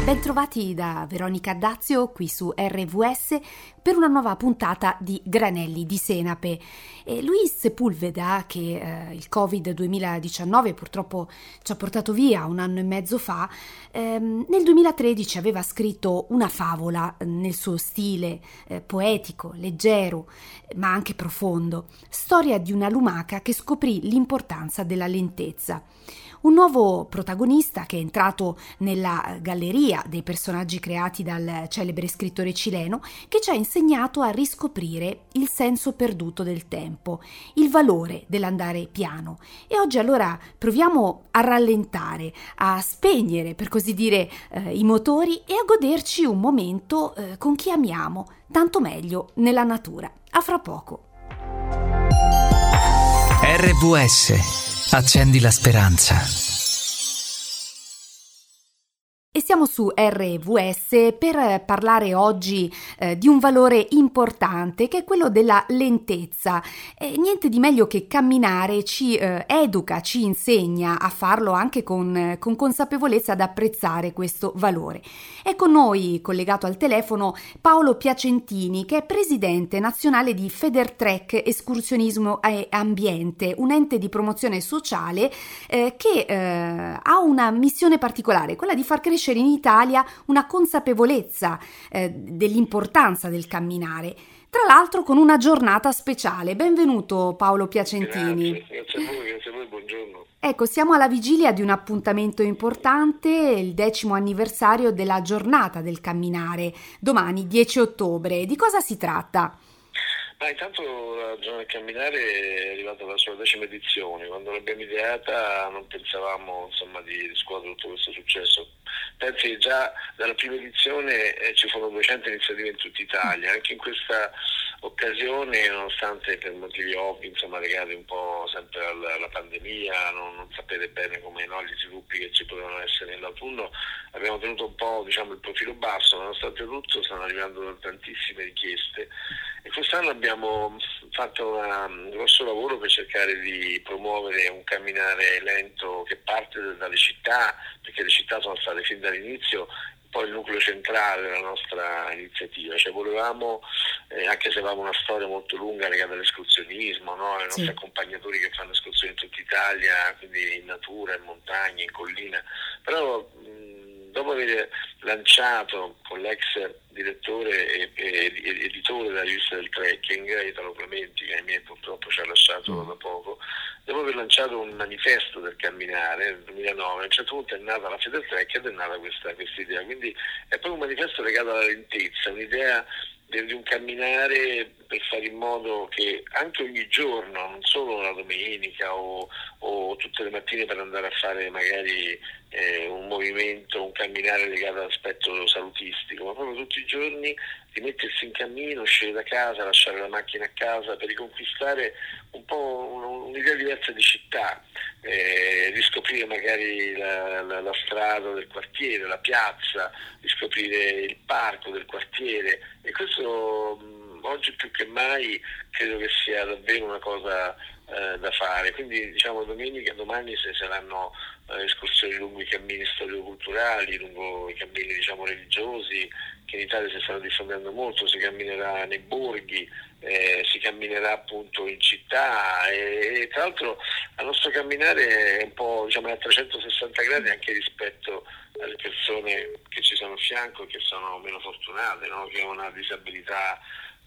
Bentrovati da Veronica Dazio qui su RVS per una nuova puntata di Granelli di Senape. Luis Sepulveda, che il Covid-19 purtroppo ci ha portato via un anno e mezzo fa, nel 2013 aveva scritto una favola nel suo stile poetico, leggero, ma anche profondo, storia di una lumaca che scoprì l'importanza della lentezza. Un nuovo protagonista che è entrato nella galleria dei personaggi creati dal celebre scrittore cileno, che ci ha insegnato a riscoprire il senso perduto del tempo, il valore dell'andare piano. E oggi allora proviamo a rallentare, a spegnere, per così dire, i motori e a goderci un momento con chi amiamo, tanto meglio nella natura. A fra poco. RVS. Accendi la speranza. E siamo su RVS per parlare oggi di un valore importante che è quello della lentezza. Niente di meglio che camminare ci educa, ci insegna a farlo anche con consapevolezza, ad apprezzare questo valore. È con noi, collegato al telefono, Paolo Piacentini, che è presidente nazionale di Federtrek Escursionismo e Ambiente, un ente di promozione sociale che ha una missione particolare, quella di far crescere in Italia una consapevolezza dell'importanza del camminare, tra l'altro con una giornata speciale. Benvenuto Paolo Piacentini. Grazie a voi, buongiorno. Ecco, siamo alla vigilia di un appuntamento importante, il 10° anniversario della giornata del camminare, domani 10 ottobre. Di cosa si tratta? Intanto la giornata del camminare è arrivata alla sua 10ª edizione. Quando l'abbiamo ideata non pensavamo di riscuotere tutto questo successo. Pensi che già dalla prima edizione ci furono 200 iniziative in tutta Italia. Anche in questa occasione, nonostante per motivi ovvi legati un po' sempre alla pandemia, non sapere bene come gli sviluppi che ci potevano essere nell'autunno, abbiamo tenuto un po' il profilo basso. Nonostante tutto stanno arrivando tantissime richieste e quest'anno abbiamo fatto un grosso lavoro per cercare di promuovere un camminare lento che parte dalle città, perché le città sono state fin dall'inizio poi il nucleo centrale della nostra iniziativa. Volevamo, anche se avevamo una storia molto lunga legata all'escursionismo, i nostri accompagnatori che fanno escursioni in tutta Italia, quindi in natura, in montagna, in collina, però dopo aver lanciato con l'ex direttore e editore della rivista del trekking, Italo Clementi, che ahimè purtroppo ci ha lasciato da poco, dopo aver lanciato un manifesto del camminare nel 2009, a un certo punto è nata la Federtrek ed è nata questa idea. Quindi è proprio un manifesto legato alla lentezza, un'idea di un camminare per fare in modo che anche ogni giorno, non solo la domenica o tutte le mattine per andare a fare magari un movimento, un camminare legato all'aspetto salutistico, ma proprio tutti i giorni di mettersi in cammino, uscire da casa, lasciare la macchina a casa per riconquistare un po' un'idea diversa di città, riscoprire magari la strada del quartiere, la piazza, riscoprire il parco del quartiere, e questo oggi più che mai credo che sia davvero una cosa da fare. Quindi domani se saranno escursioni lungo i cammini storico-culturali, lungo i cammini religiosi, che in Italia si stanno diffondendo molto, si camminerà nei borghi, si camminerà appunto in città, e tra l'altro il nostro camminare è un po' a 360 gradi anche rispetto alle persone che ci sono a fianco e che sono meno fortunate, che hanno una disabilità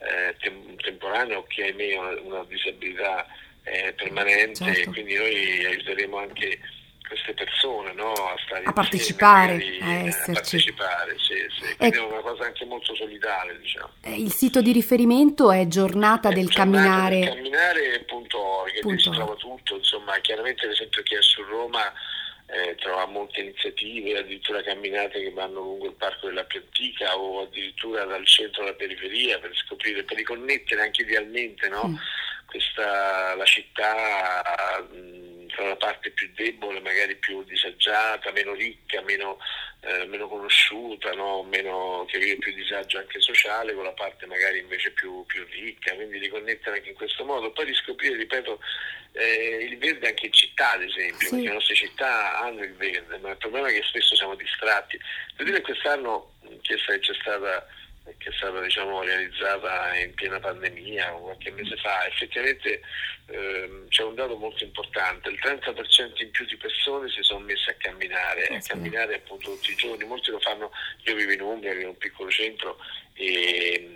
temporanea o che ahimè una disabilità permanente, certo. E quindi noi aiuteremo anche queste persone a stare a partecipare, insieme, a partecipare, sì. Quindi è una cosa anche molto solidale, Il sito di riferimento è giornata del camminare. Camminare.org, dove si trova tutto, chiaramente ad esempio chi è su Roma trova molte iniziative, addirittura camminate che vanno lungo il parco della più antica o addirittura dal centro alla periferia per scoprire, per riconnettere anche idealmente la città tra la parte più debole, magari più disagiata, meno ricca, meno meno conosciuta, no? Meno, che vive più disagio anche sociale, con la parte magari invece più ricca, quindi riconnettere anche in questo modo. Poi riscoprire, ripeto, il verde anche in città, ad esempio, perché le nostre città hanno il verde, ma il problema è che spesso siamo distratti. Per dire che quest'anno, che è stata diciamo realizzata in piena pandemia qualche mese fa, effettivamente c'è un dato molto importante: il 30% in più di persone si sono messe a camminare appunto tutti i giorni. Molti lo fanno, io vivo in Umbria, in un piccolo centro, e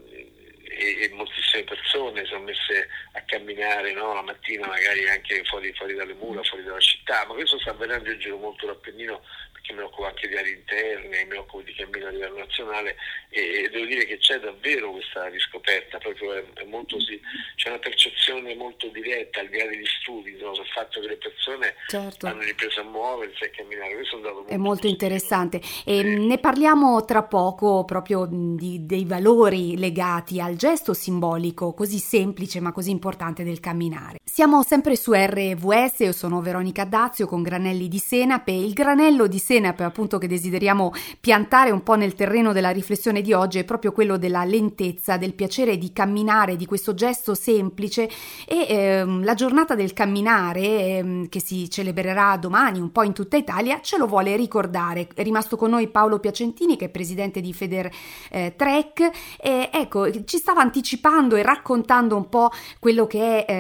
moltissime persone si sono messe a camminare, no? La mattina magari anche fuori dalle mura, fuori dalla città, ma questo sta avvenendo. Io giro molto l'Appennino perché mi occupo anche di aree interne, mi occupo di cammino a livello nazionale, e devo dire che c'è davvero questa riscoperta, proprio è molto c'è una percezione molto diretta, al di là degli studi, no? Sul fatto che le persone hanno ripreso a muoversi e a camminare. Questo è un dato molto interessante, e ne parliamo tra poco, proprio dei valori legati al gesto simbolico così semplice ma così importante del camminare. Siamo sempre su RVS, io sono Veronica Dazio con Granelli di Senape. Il granello di Senape, appunto, che desideriamo piantare un po' nel terreno della riflessione di oggi, è proprio quello della lentezza, del piacere di camminare, di questo gesto semplice, e la giornata del camminare che si celebrerà domani un po' in tutta Italia ce lo vuole ricordare. È rimasto con noi Paolo Piacentini, che è presidente di Feder Trek, e ecco, ci stava anticipando e raccontando un po' quelli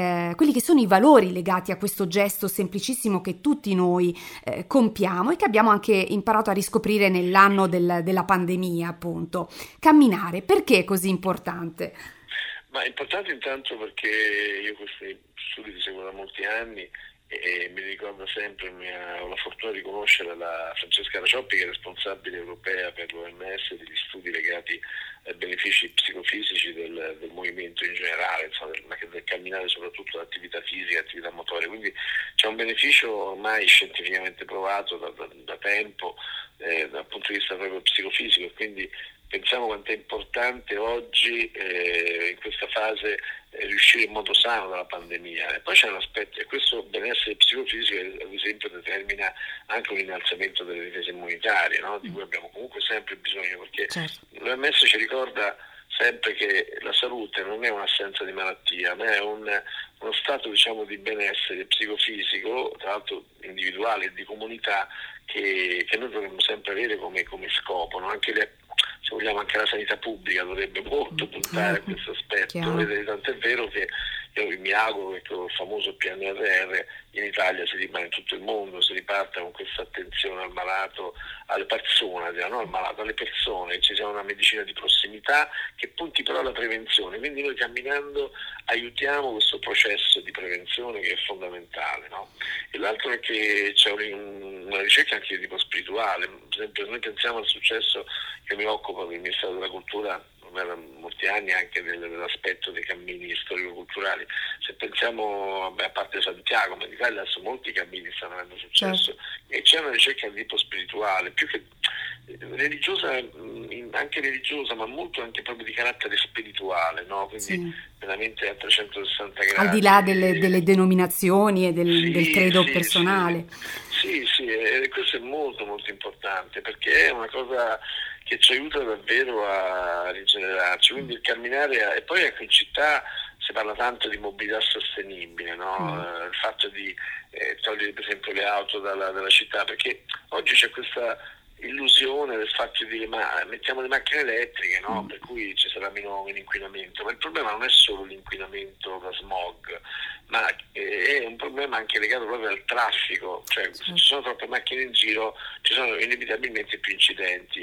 che sono i valori legati a questo gesto semplicissimo che tutti noi compiamo e che abbiamo anche imparato a riscoprire nell'anno della pandemia, appunto. Camminare, perché è così importante? Ma è importante intanto perché io questi studi li seguo da molti anni e mi ricordo sempre, ho la fortuna di conoscere la Francesca Racioppi, che è responsabile europea per l'OMS degli studi legati ai benefici psicofisici del movimento in generale, insomma, ma che del camminare, soprattutto l'attività fisica, l'attività motoria. Quindi c'è un beneficio ormai scientificamente provato da tempo dal punto di vista proprio psicofisico, e quindi pensiamo quanto è importante oggi in questa fase riuscire in modo sano dalla pandemia. E poi c'è un aspetto, e questo benessere psicofisico ad esempio determina anche un innalzamento delle difese immunitarie, no? Di cui abbiamo comunque sempre bisogno, perché l'OMS ci ricorda sempre che la salute non è un'assenza di malattia, ma è uno stato, diciamo, di benessere psicofisico, tra l'altro individuale e di comunità, che noi dovremmo sempre avere come scopo, no? Se vogliamo anche la sanità pubblica dovrebbe molto puntare a questo aspetto, tanto è vero che io mi auguro che con il famoso PNRR in Italia si rimane in tutto il mondo, si riparta con questa attenzione al malato, alle persone, non al malato, alle persone, ci sia una medicina di prossimità che punti però alla prevenzione. Quindi noi camminando aiutiamo questo processo di prevenzione che è fondamentale, no? E l'altro è che c'è una ricerca anche di tipo spirituale. Per esempio, noi pensiamo al successo, che mi occupo del Ministero della Cultura da molti anni, anche dell'aspetto dei cammini storico-culturali. Se pensiamo, a parte Santiago, ma in Italia adesso molti cammini stanno avendo successo, e c'è una ricerca di tipo spirituale, più che religiosa, anche religiosa, ma molto anche proprio di carattere spirituale, no? Quindi veramente a 360 gradi. Al di là delle denominazioni e del credo personale. Sì, e questo è molto molto importante, perché è una cosa che ci aiuta davvero a rigenerarci. Quindi il camminare, e poi ecco, in città si parla tanto di mobilità sostenibile, no? Il fatto di togliere per esempio le auto dalla città, perché oggi c'è questa illusione del fatto di dire mettiamo le macchine elettriche, no? Per cui ci sarà meno inquinamento, ma il problema non è solo l'inquinamento da smog, ma è un problema anche legato proprio al traffico, cioè se ci sono troppe macchine in giro ci sono inevitabilmente più incidenti.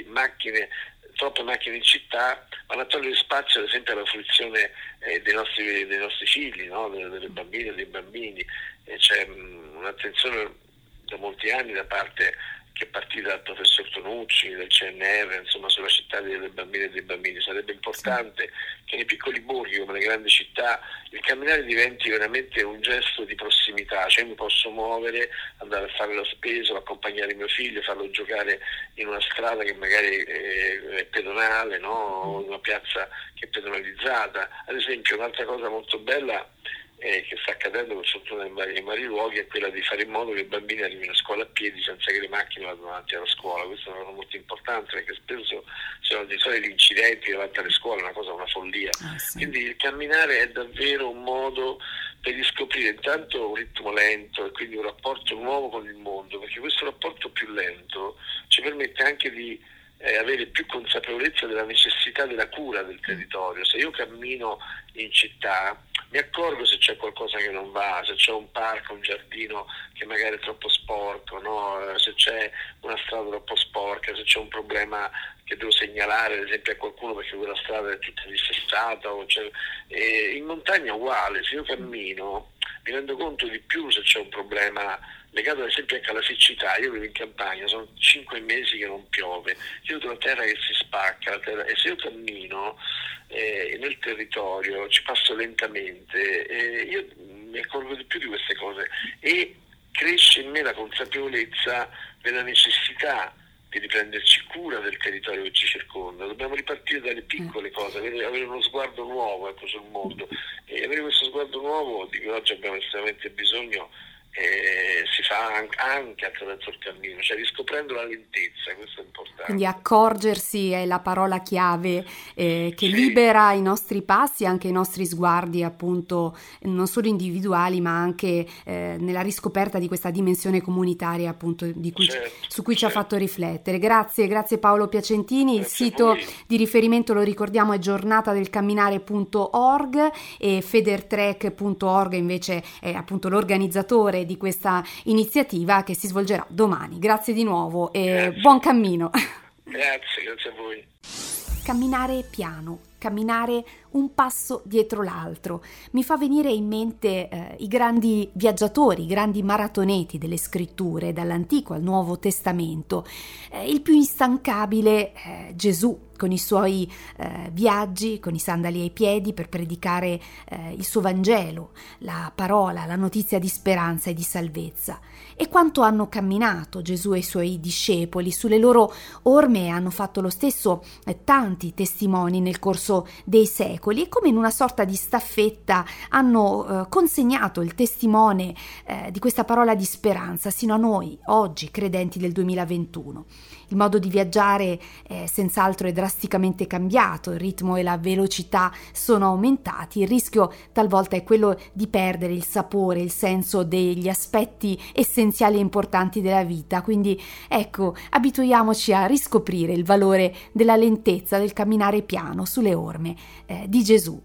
Troppe macchine in città vanno a togliere spazio ad esempio alla fruizione dei nostri figli, no? Delle bambine e dei bambini. C'è un'attenzione da molti anni da parte che è partita dal professor Tonucci, del CNR, insomma, sulla città delle bambine e dei bambini. Sarebbe importante che nei piccoli borghi come le grandi città il camminare diventi veramente un gesto di prossimità, cioè mi posso muovere, andare a fare la spesa, accompagnare mio figlio, farlo giocare in una strada che magari è pedonale, no? Una piazza che è pedonalizzata. Ad esempio, un'altra cosa molto bella che sta accadendo per fortuna in vari luoghi, è quella di fare in modo che i bambini arrivino a scuola a piedi senza che le macchine vadano davanti alla scuola. Questo è una cosa molto importante, perché spesso sono di solito gli incidenti davanti alle scuole, una follia. Sì. Quindi il camminare è davvero un modo per riscoprire intanto un ritmo lento e quindi un rapporto nuovo con il mondo, perché questo rapporto più lento ci permette anche di avere più consapevolezza della necessità della cura del territorio. Se io cammino in città mi accorgo se c'è qualcosa che non va, se c'è un parco, un giardino che magari è troppo sporco, no? Se c'è una strada troppo sporca, se c'è un problema che devo segnalare ad esempio a qualcuno perché quella strada è tutta dissestata. In montagna uguale, se io cammino mi rendo conto di più se c'è un problema legato ad esempio anche alla siccità. Io vivo in campagna, sono 5 mesi che non piove, io vedo la terra che si spacca, e se io cammino nel territorio, ci passo lentamente, io mi accorgo di più di queste cose e cresce in me la consapevolezza della necessità di riprenderci cura del territorio che ci circonda. Dobbiamo ripartire dalle piccole cose, avere uno sguardo nuovo sul mondo, e avere questo sguardo nuovo di cui oggi abbiamo estremamente bisogno si fa anche attraverso il cammino, cioè riscoprendo la lentezza. Questo è importante. Quindi accorgersi è la parola chiave che libera i nostri passi, anche i nostri sguardi, appunto, non solo individuali ma anche nella riscoperta di questa dimensione comunitaria, appunto, su cui ci ha fatto riflettere. Grazie Paolo Piacentini. Grazie. Il sito di riferimento, lo ricordiamo, è giornatadelcamminare.org e federtrek.org invece è appunto l'organizzatore di questa iniziativa che si svolgerà domani. Grazie di nuovo e buon cammino. Grazie a voi. Camminare piano, camminare un passo dietro l'altro. Mi fa venire in mente i grandi viaggiatori, i grandi maratoneti delle scritture, dall'Antico al Nuovo Testamento. Il più instancabile Gesù, con i suoi viaggi, con i sandali ai piedi per predicare il suo Vangelo, la parola, la notizia di speranza e di salvezza. E quanto hanno camminato Gesù e i suoi discepoli, sulle loro orme hanno fatto lo stesso tanti testimoni nel corso dei secoli, e come in una sorta di staffetta hanno consegnato il testimone di questa parola di speranza sino a noi, oggi, credenti del 2021. Il modo di viaggiare senz'altro è drasticamente cambiato, il ritmo e la velocità sono aumentati, il rischio talvolta è quello di perdere il sapore, il senso degli aspetti essenziali e importanti della vita. Quindi ecco, abituiamoci a riscoprire il valore della lentezza, del camminare piano sulle orme di Gesù.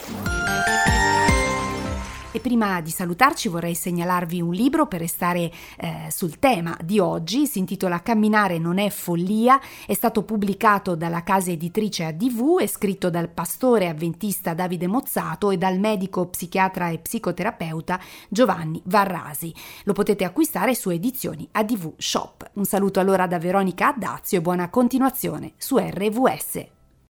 E prima di salutarci vorrei segnalarvi un libro per restare sul tema di oggi. Si intitola Camminare non è follia, è stato pubblicato dalla casa editrice ADV, è scritto dal pastore avventista Davide Mozzato e dal medico psichiatra e psicoterapeuta Giovanni Varrasi. Lo potete acquistare su Edizioni ADV Shop. Un saluto allora da Veronica Addazio e buona continuazione su RVS.